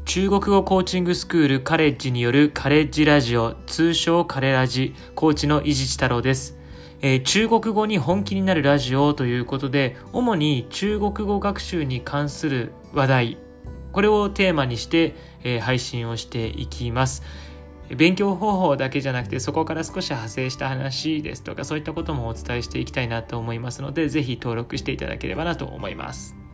中国語コーチングスクールカレッジによるカレッジラジオ、通称カレラジ、コーチの伊地知太郎です。中国語に本気になるラジオということで、主に中国語学習に関する話題、これをテーマにして、配信をしていきます。勉強方法だけじゃなくて、そこから少し派生した話ですとか、そういったこともお伝えしていきたいなと思いますので、ぜひ登録していただければなと思います。